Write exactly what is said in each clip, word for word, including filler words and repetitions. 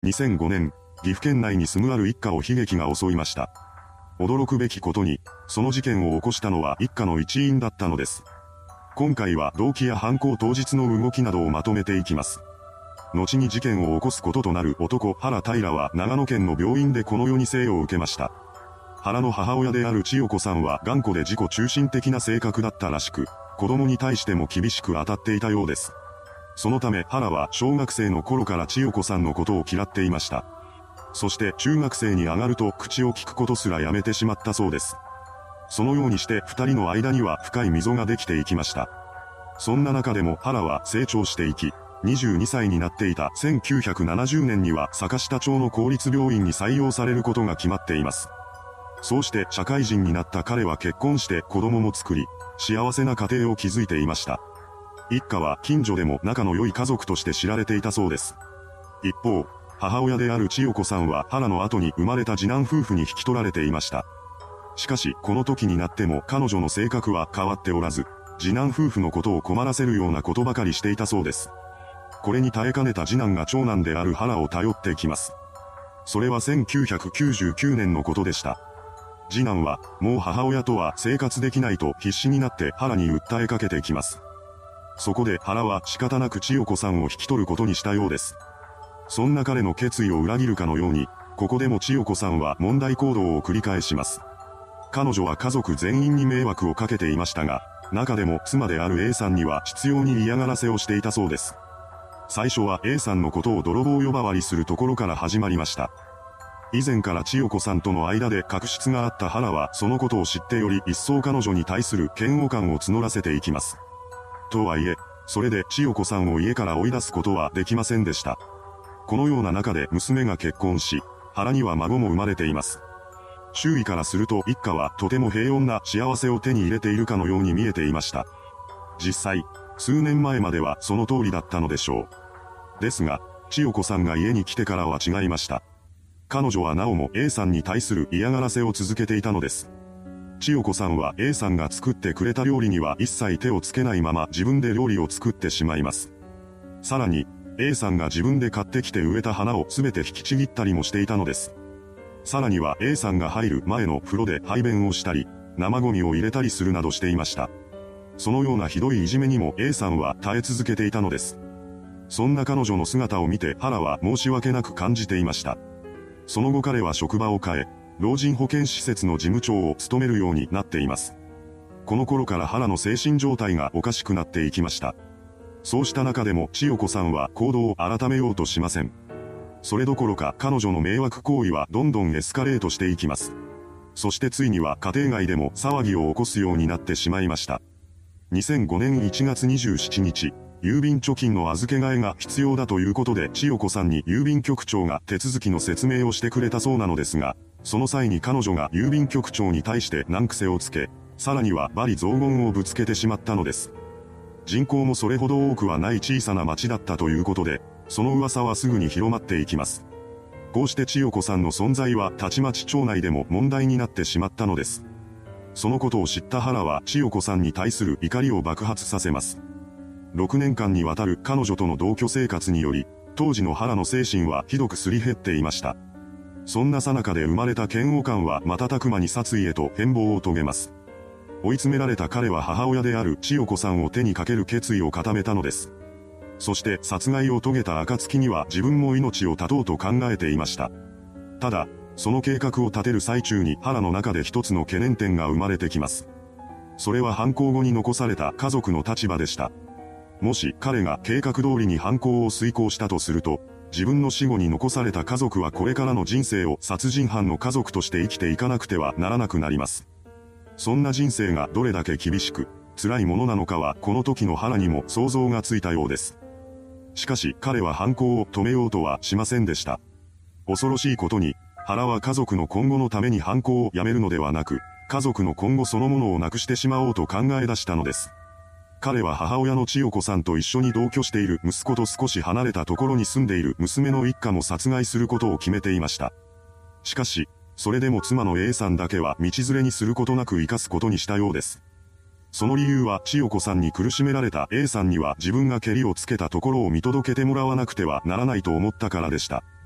にせんごねん、岐阜県内に住むある一家を悲劇が襲いました。驚くべきことに、その事件を起こしたのは一家の一員だったのです。今回は動機や犯行当日の動きなどをまとめていきます。後に事件を起こすこととなる男原平は長野県の病院でこの世に生を受けました。原の母親である千代子さんは頑固で自己中心的な性格だったらしく、子供に対しても厳しく当たっていたようです。そのため原は小学生の頃から千代子さんのことを嫌っていました。そして中学生に上がると口を聞くことすらやめてしまったそうです。そのようにして二人の間には深い溝ができていきました。そんな中でも原は成長していき、にじゅうにさいになっていたせんきゅうひゃくななじゅうねんには坂下町の公立病院に採用されることが決まっています。そうして社会人になった彼は結婚して子供も作り、幸せな家庭を築いていました。一家は近所でも仲の良い家族として知られていたそうです。一方、母親である千代子さんは原の後に生まれた次男夫婦に引き取られていました。しかし、この時になっても彼女の性格は変わっておらず、次男夫婦のことを困らせるようなことばかりしていたそうです。これに耐えかねた次男が長男である原を頼ってきます。それはせんきゅうひゃくきゅうじゅうきゅうねんのことでした。次男は、もう母親とは生活できないと必死になって原に訴えかけてきます。そこで原は仕方なく千代子さんを引き取ることにしたようです。そんな彼の決意を裏切るかのように、ここでも千代子さんは問題行動を繰り返します。彼女は家族全員に迷惑をかけていましたが、中でも妻である A さんには執拗に嫌がらせをしていたそうです。最初は A さんのことを泥棒呼ばわりするところから始まりました。以前から千代子さんとの間で確執があった原はそのことを知ってより一層彼女に対する嫌悪感を募らせていきます。とはいえ、それで千代子さんを家から追い出すことはできませんでした。このような中で娘が結婚し、原には孫も生まれています。周囲からすると一家はとても平穏な幸せを手に入れているかのように見えていました。実際、数年前まではその通りだったのでしょう。ですが、千代子さんが家に来てからは違いました。彼女はなおも A さんに対する嫌がらせを続けていたのです。千代子さんは A さんが作ってくれた料理には一切手をつけないまま自分で料理を作ってしまいます。さらに、A さんが自分で買ってきて植えた花をすべて引きちぎったりもしていたのです。さらには A さんが入る前の風呂で排便をしたり、生ゴミを入れたりするなどしていました。そのようなひどいいじめにも A さんは耐え続けていたのです。そんな彼女の姿を見て原は申し訳なく感じていました。その後彼は職場を変え、老人保健施設の事務長を務めるようになっています。この頃から原の精神状態がおかしくなっていきました。そうした中でも千代子さんは行動を改めようとしません。それどころか彼女の迷惑行為はどんどんエスカレートしていきます。そしてついには家庭外でも騒ぎを起こすようになってしまいました。にせんごねんいちがつにじゅうしちにち、郵便貯金の預け替えが必要だということで千代子さんに郵便局長が手続きの説明をしてくれたそうなのですが、その際に彼女が郵便局長に対して難癖をつけ、さらには罵詈雑言をぶつけてしまったのです。人口もそれほど多くはない小さな町だったということで、その噂はすぐに広まっていきます。こうして千代子さんの存在はたちまち町内でも問題になってしまったのです。そのことを知った原は千代子さんに対する怒りを爆発させます。ろくねんかんにわたる彼女との同居生活により、当時の原の精神はひどくすり減っていました。そんな最中で生まれた嫌悪感は瞬く間に殺意へと変貌を遂げます。追い詰められた彼は母親である千代子さんを手にかける決意を固めたのです。そして殺害を遂げた暁には自分も命を絶とうと考えていました。ただ、その計画を立てる最中に原の中で一つの懸念点が生まれてきます。それは犯行後に残された家族の立場でした。もし彼が計画通りに犯行を遂行したとすると、自分の死後に残された家族はこれからの人生を殺人犯の家族として生きていかなくてはならなくなります。そんな人生がどれだけ厳しく、辛いものなのかはこの時の原にも想像がついたようです。しかし彼は犯行を止めようとはしませんでした。恐ろしいことに、原は家族の今後のために犯行をやめるのではなく、家族の今後そのものをなくしてしまおうと考え出したのです。彼は母親の千代子さんと一緒に同居している息子と少し離れたところに住んでいる娘の一家も殺害することを決めていました。しかし、それでも妻の A さんだけは道連れにすることなく生かすことにしたようです。その理由は千代子さんに苦しめられた A さんには自分がケリをつけたところを見届けてもらわなくてはならないと思ったからでした。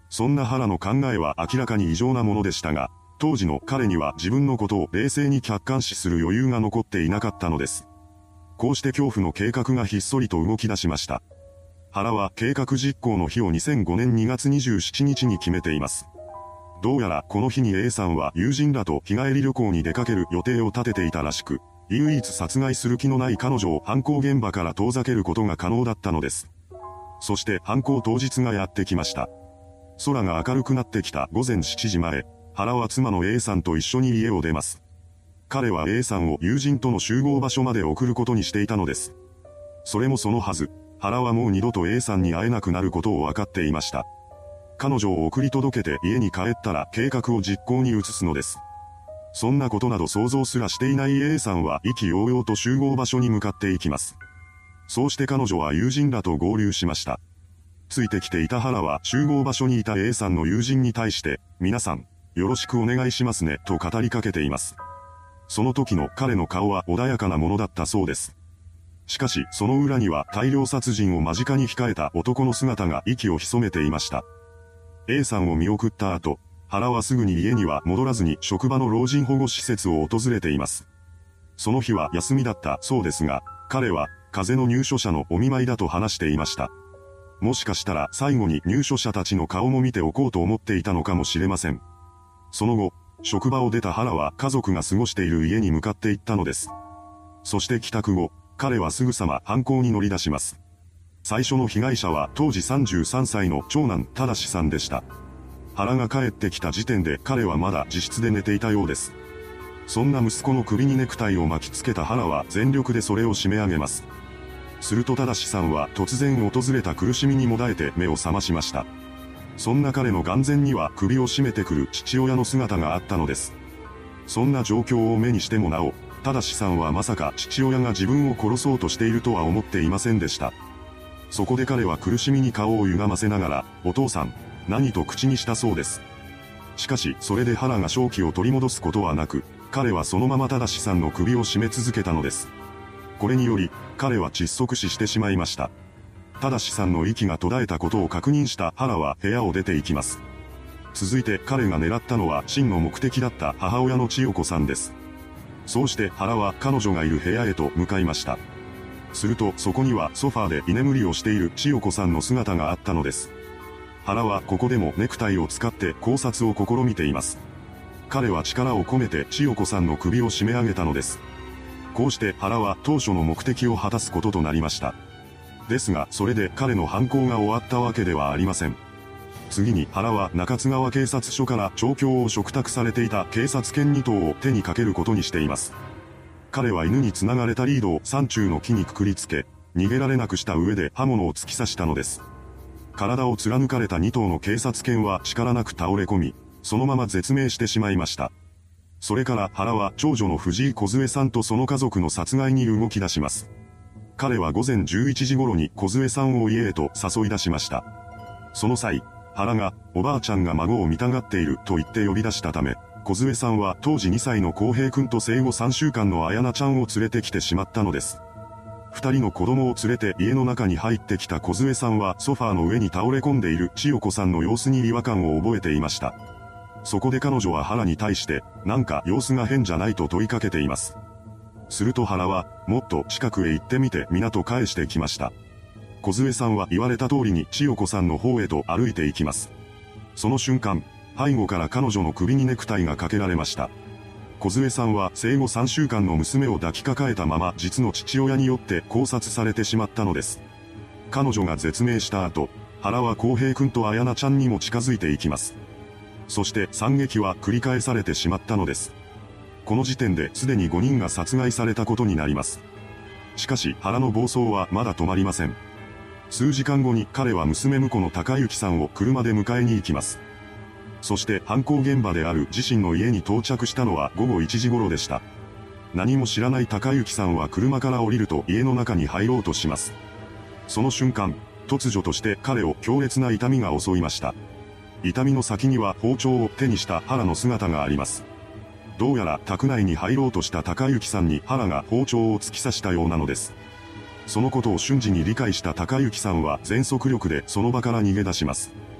そんな原の考えは明らかに異常なものでしたが、当時の彼には自分のことを冷静に客観視する余裕が残っていなかったのです。こうして恐怖の計画がひっそりと動き出しました。原は計画実行の日をにせんごねんにがつにじゅうしちにちに決めています。どうやらこの日に A さんは友人らと日帰り旅行に出かける予定を立てていたらしく、唯一殺害する気のない彼女を犯行現場から遠ざけることが可能だったのです。そして犯行当日がやってきました。空が明るくなってきたごぜんしちじまえ、原は妻の A さんと一緒に家を出ます。彼は A さんを友人との集合場所まで送ることにしていたのです。それもそのはず、原はもう二度と A さんに会えなくなることを分かっていました。彼女を送り届けて家に帰ったら計画を実行に移すのです。そんなことなど想像すらしていない A さんは意気揚々と集合場所に向かっていきます。そうして彼女は友人らと合流しました。ついてきていた原は集合場所にいた A さんの友人に対して、皆さん、よろしくお願いしますね、と語りかけています。その時の彼の顔は穏やかなものだったそうです。しかし、その裏には大量殺人を間近に控えた男の姿が息を潜めていました。A さんを見送った後、原はすぐに家には戻らずに職場の老人保護施設を訪れています。その日は休みだったそうですが、彼は風の入所者のお見舞いだと話していました。もしかしたら最後に入所者たちの顔も見ておこうと思っていたのかもしれません。その後、職場を出た原は家族が過ごしている家に向かって行ったのです。そして帰宅後、彼はすぐさま犯行に乗り出します。最初の被害者は当時さんじゅうさんさいの長男忠さんでした。原が帰ってきた時点で彼はまだ自室で寝ていたようです。そんな息子の首にネクタイを巻きつけた原は全力でそれを締め上げます。すると忠さんは突然訪れた苦しみにもだえて目を覚ましました。そんな彼の眼前には首を絞めてくる父親の姿があったのです。そんな状況を目にしてもなお、忠さんはまさか父親が自分を殺そうとしているとは思っていませんでした。そこで彼は苦しみに顔を歪ませながら、お父さん、何と口にしたそうです。しかし、それで原が正気を取り戻すことはなく、彼はそのまま忠さんの首を絞め続けたのです。これにより、彼は窒息死してしまいました。忠さんの息が途絶えたことを確認した原は部屋を出て行きます。続いて彼が狙ったのは真の目的だった母親の千代子さんです。そうして原は彼女がいる部屋へと向かいました。するとそこにはソファーで居眠りをしている千代子さんの姿があったのです。原はここでもネクタイを使って考察を試みています。彼は力を込めて千代子さんの首を締め上げたのです。こうして原は当初の目的を果たすこととなりました。ですがそれで彼の犯行が終わったわけではありません。次に原は中津川警察署から調教を嘱託されていた警察犬にとうを手にかけることにしています。彼は犬に繋がれたリードを山中の木にくくりつけ、逃げられなくした上で刃物を突き刺したのです。体を貫かれたにとうの警察犬は力なく倒れ込み、そのまま絶命してしまいました。それから原は長女の藤井梢さんとその家族の殺害に動き出します。彼はごぜんじゅういちじ頃に梢さんを家へと誘い出しました。その際、原がおばあちゃんが孫を見たがっていると言って呼び出したため、梢さんは当時にさいの浩平くんと生後さんしゅうかんの彩菜ちゃんを連れてきてしまったのです。二人の子供を連れて家の中に入ってきた梢さんはソファーの上に倒れ込んでいる千代子さんの様子に違和感を覚えていました。そこで彼女は原に対して、なんか様子が変じゃないと問いかけています。すると原は、もっと近くへ行ってみてみなと返してきました。梢さんは言われた通りに千代子さんの方へと歩いていきます。その瞬間、背後から彼女の首にネクタイがかけられました。梢さんは生後さんしゅうかんの娘を抱きかかえたまま実の父親によって絞殺されてしまったのです。彼女が絶命した後、原は浩平くんと彩菜ちゃんにも近づいていきます。そして惨劇は繰り返されてしまったのです。この時点ですでにごにんが殺害されたことになります。しかし原の暴走はまだ止まりません。数時間後に彼は娘婿の高幸さんを車で迎えに行きます。そして犯行現場である自身の家に到着したのはごごいちじ頃でした。何も知らない高幸さんは車から降りると家の中に入ろうとします。その瞬間、突如として彼を強烈な痛みが襲いました。痛みの先には包丁を手にした原の姿があります。どうやら宅内に入ろうとした高幸さんに原が包丁を突き刺したようなのです。そのことを瞬時に理解した高幸さんは全速力でその場から逃げ出します。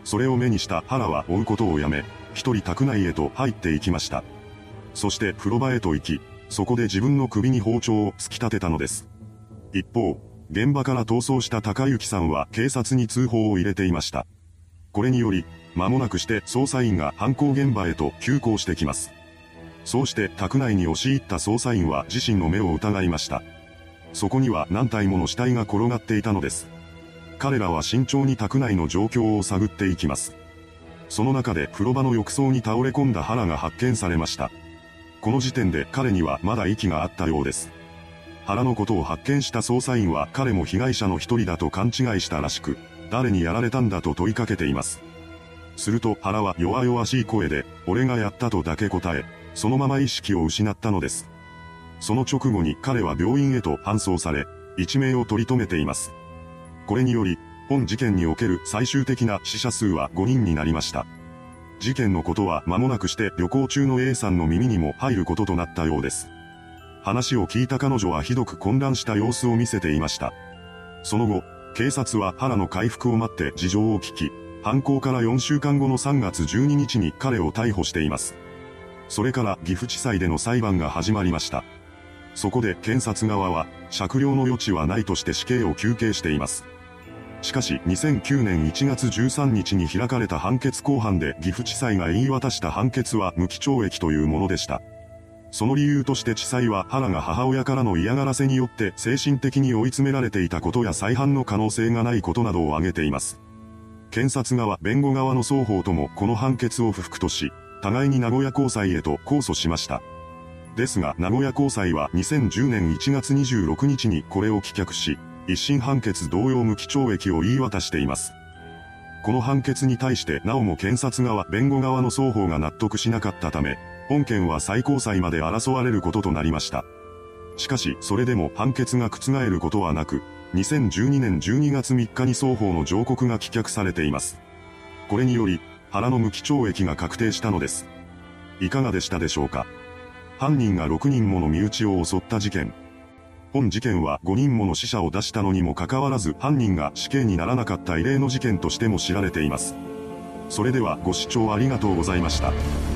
それを目にした原は追うことをやめ、一人宅内へと入っていきました。そして風呂場へと行き、そこで自分の首に包丁を突き立てたのです。一方、現場から逃走した高幸さんは警察に通報を入れていました。これにより、間もなくして捜査員が犯行現場へと急行してきます。そうして宅内に押し入った捜査員は自身の目を疑いました。そこには何体もの死体が転がっていたのです。彼らは慎重に宅内の状況を探っていきます。その中で風呂場の浴槽に倒れ込んだ原が発見されました。この時点で彼にはまだ息があったようです。原のことを発見した捜査員は彼も被害者の一人だと勘違いしたらしく、誰にやられたんだと問いかけています。すると原は弱々しい声で、俺がやったとだけ答え、そのまま意識を失ったのです。その直後に彼は病院へと搬送され、一命を取り留めています。これにより、本事件における最終的な死者数はごにんになりました。事件のことは間もなくして旅行中の A さんの耳にも入ることとなったようです。話を聞いた彼女はひどく混乱した様子を見せていました。その後、警察は原の回復を待って事情を聞き、犯行からよんしゅうかんごのさんがつじゅうににちに彼を逮捕しています。それから岐阜地裁での裁判が始まりました。そこで検察側は、酌量の余地はないとして死刑を求刑しています。しかしにせんきゅうねんいちがつじゅうさんにちに開かれた判決公判で岐阜地裁が言い渡した判決は無期懲役というものでした。その理由として地裁は原が母親からの嫌がらせによって精神的に追い詰められていたことや再犯の可能性がないことなどを挙げています。検察側、弁護側の双方ともこの判決を不服とし、互いに名古屋高裁へと控訴しました。ですが名古屋高裁はにせんじゅうねんいちがつにじゅうろくにちにこれを棄却し、一審判決同様無期懲役を言い渡しています。この判決に対してなおも検察側、弁護側の双方が納得しなかったため、本件は最高裁まで争われることとなりました。しかし、それでも判決が覆ることはなく、にせんじゅうにねんじゅうにがつみっかに双方の上告が棄却されています。これにより、原の無期懲役が確定したのです。いかがでしたでしょうか。犯人がろくにんもの身内を襲った事件。本事件はごにんもの死者を出したのにもかかわらず犯人が死刑にならなかった異例の事件としても知られています。それではご視聴ありがとうございました。